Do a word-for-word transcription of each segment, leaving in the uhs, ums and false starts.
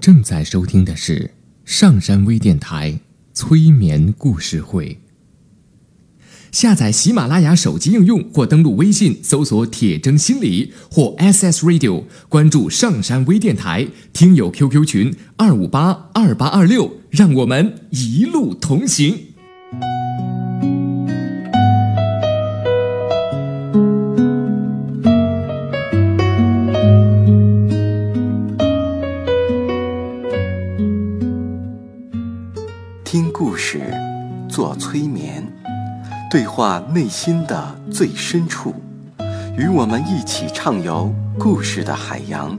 正在收听的是上山微电台催眠故事会。下载喜马拉雅手机应用或登录微信搜索铁铮心理或 S S Radio， 关注上山微电台，听友 Q Q 群二五八二八二六，让我们一路同行。 听故事，做催眠，对话内心的最深处，与我们一起畅游故事的海洋。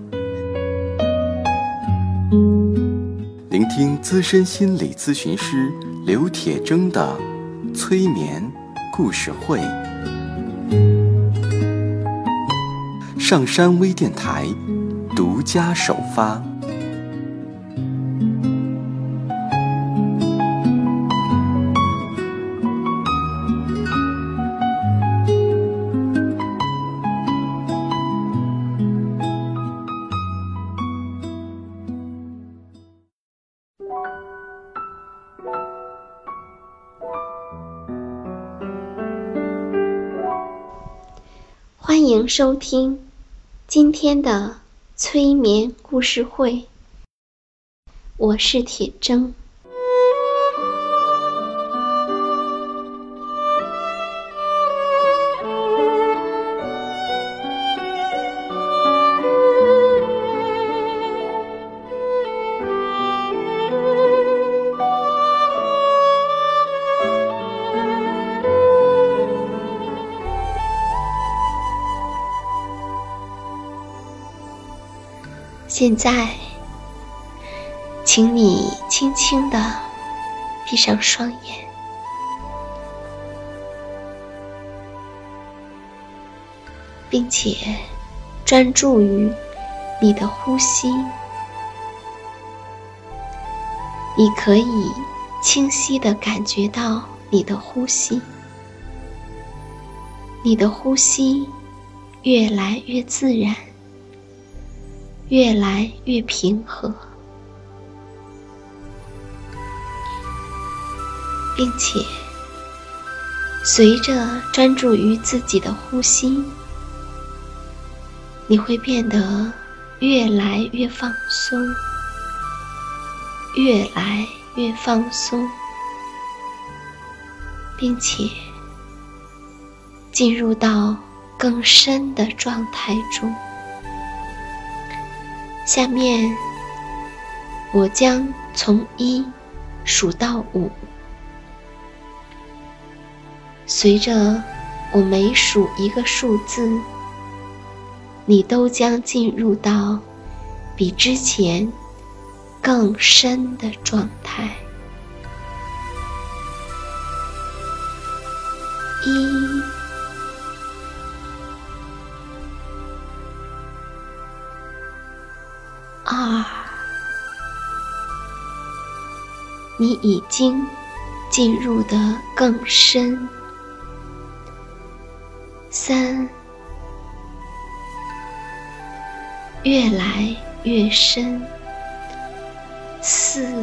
聆听资深心理咨询师刘铁铮的催眠故事会。上山微电台独家首发。 欢迎收听今天的催眠故事会，我是铁铮。现在，请你轻轻地闭上双眼，并且专注于你的呼吸。你可以清晰地感觉到你的呼吸，你的呼吸越来越自然，越来越平和，并且随着专注于自己的呼吸，你会变得越来越放松，越来越放松，并且进入到更深的状态中。下面我将从一数到五，随着我每数一个数字，你都将进入到比之前更深的状态。一，二，你已经进入得更深。三，越来越深。四，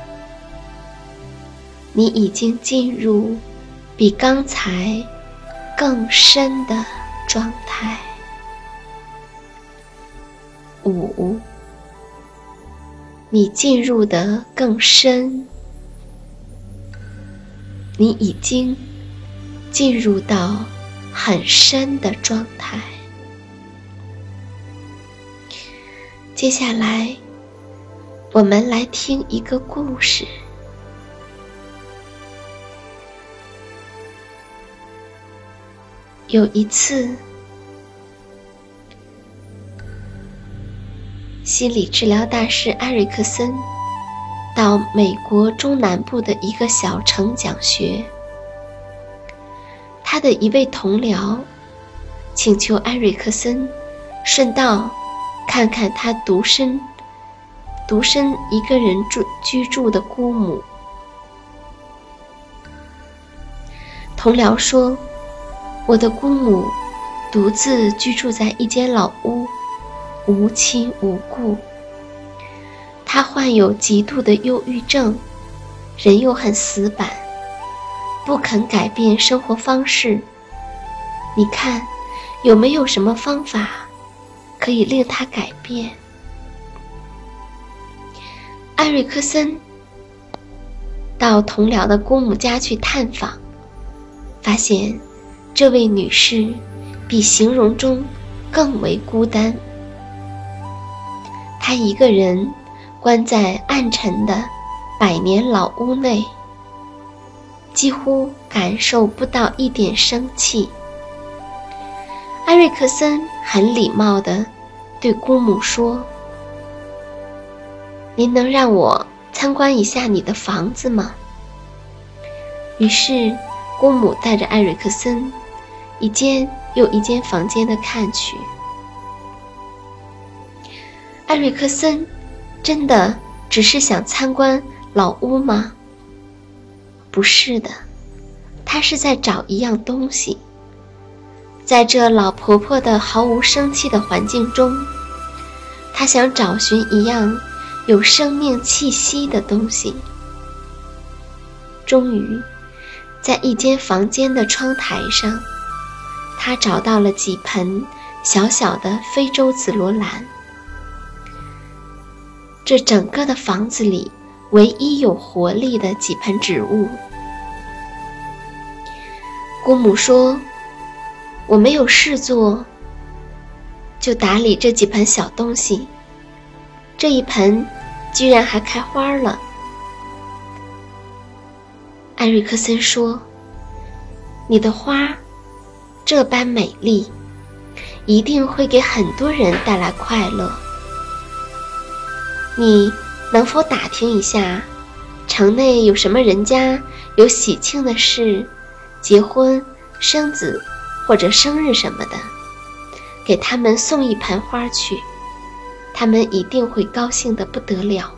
你已经进入比刚才更深的状态。五，你进入得更深，你已经进入到很深的状态。接下来，我们来听一个故事。有一次，心理治疗大师埃瑞克森到美国中南部的一个小城讲学。他的一位同僚请求埃瑞克森顺道看看他独身独身一个人住居住的姑母。同僚说，我的姑母独自居住在一间老屋，无亲无故。 他患有极度的忧郁症，人又很死板，不肯改变生活方式。你看，有没有什么方法可以令他改变？艾瑞克森到同僚的姑母家去探访，发现这位女士比形容中更为孤单。她一个人关在暗沉的百年老屋内，几乎感受不到一点生气。艾瑞克森很礼貌地对姑母说：“您能让我参观一下你的房子吗？”于是姑母带着艾瑞克森一间又一间房间的看去。艾瑞克森真的只是想参观老屋吗？不是的，他是在找一样东西。在这老婆婆的毫无生气的环境中，他想找寻一样有生命气息的东西。终于，在一间房间的窗台上，他找到了几盆小小的非洲紫罗兰。这整个的房子里唯一有活力的几盆植物。姑母说：“我没有事做，就打理这几盆小东西。这一盆居然还开花了。”艾瑞克森说：“你的花这般美丽，一定会给很多人带来快乐。你能否打听一下，城内有什么人家有喜庆的事，结婚、生子或者生日什么的，给他们送一盆花去，他们一定会高兴得不得了。”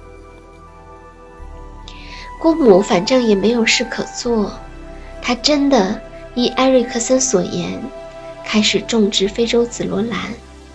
姑母反正也没有事可做，她真的依艾瑞克森所言，开始种植非洲紫罗兰，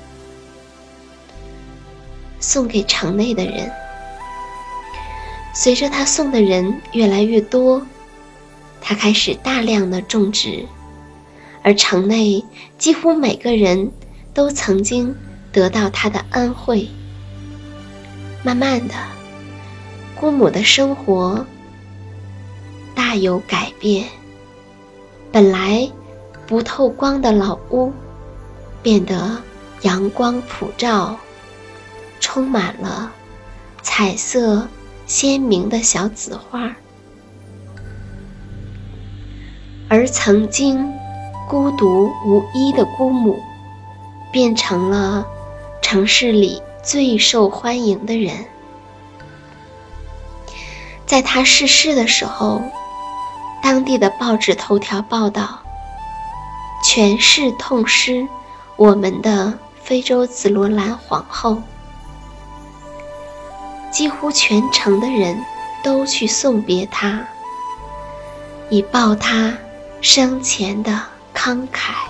送给城内的人。随着他送的人越来越多，他开始大量的种植，而城内几乎每个人都曾经得到他的恩惠。慢慢的，姑母的生活大有改变，本来不透光的老屋变得阳光普照，充满了彩色鲜明的小紫花。而曾经孤独无依的姑母变成了城市里最受欢迎的人。在她逝世的时候，当地的报纸头条报道，全市痛失我们的非洲紫罗兰皇后。几乎全城的人都去送别她，以报她生前的慷慨。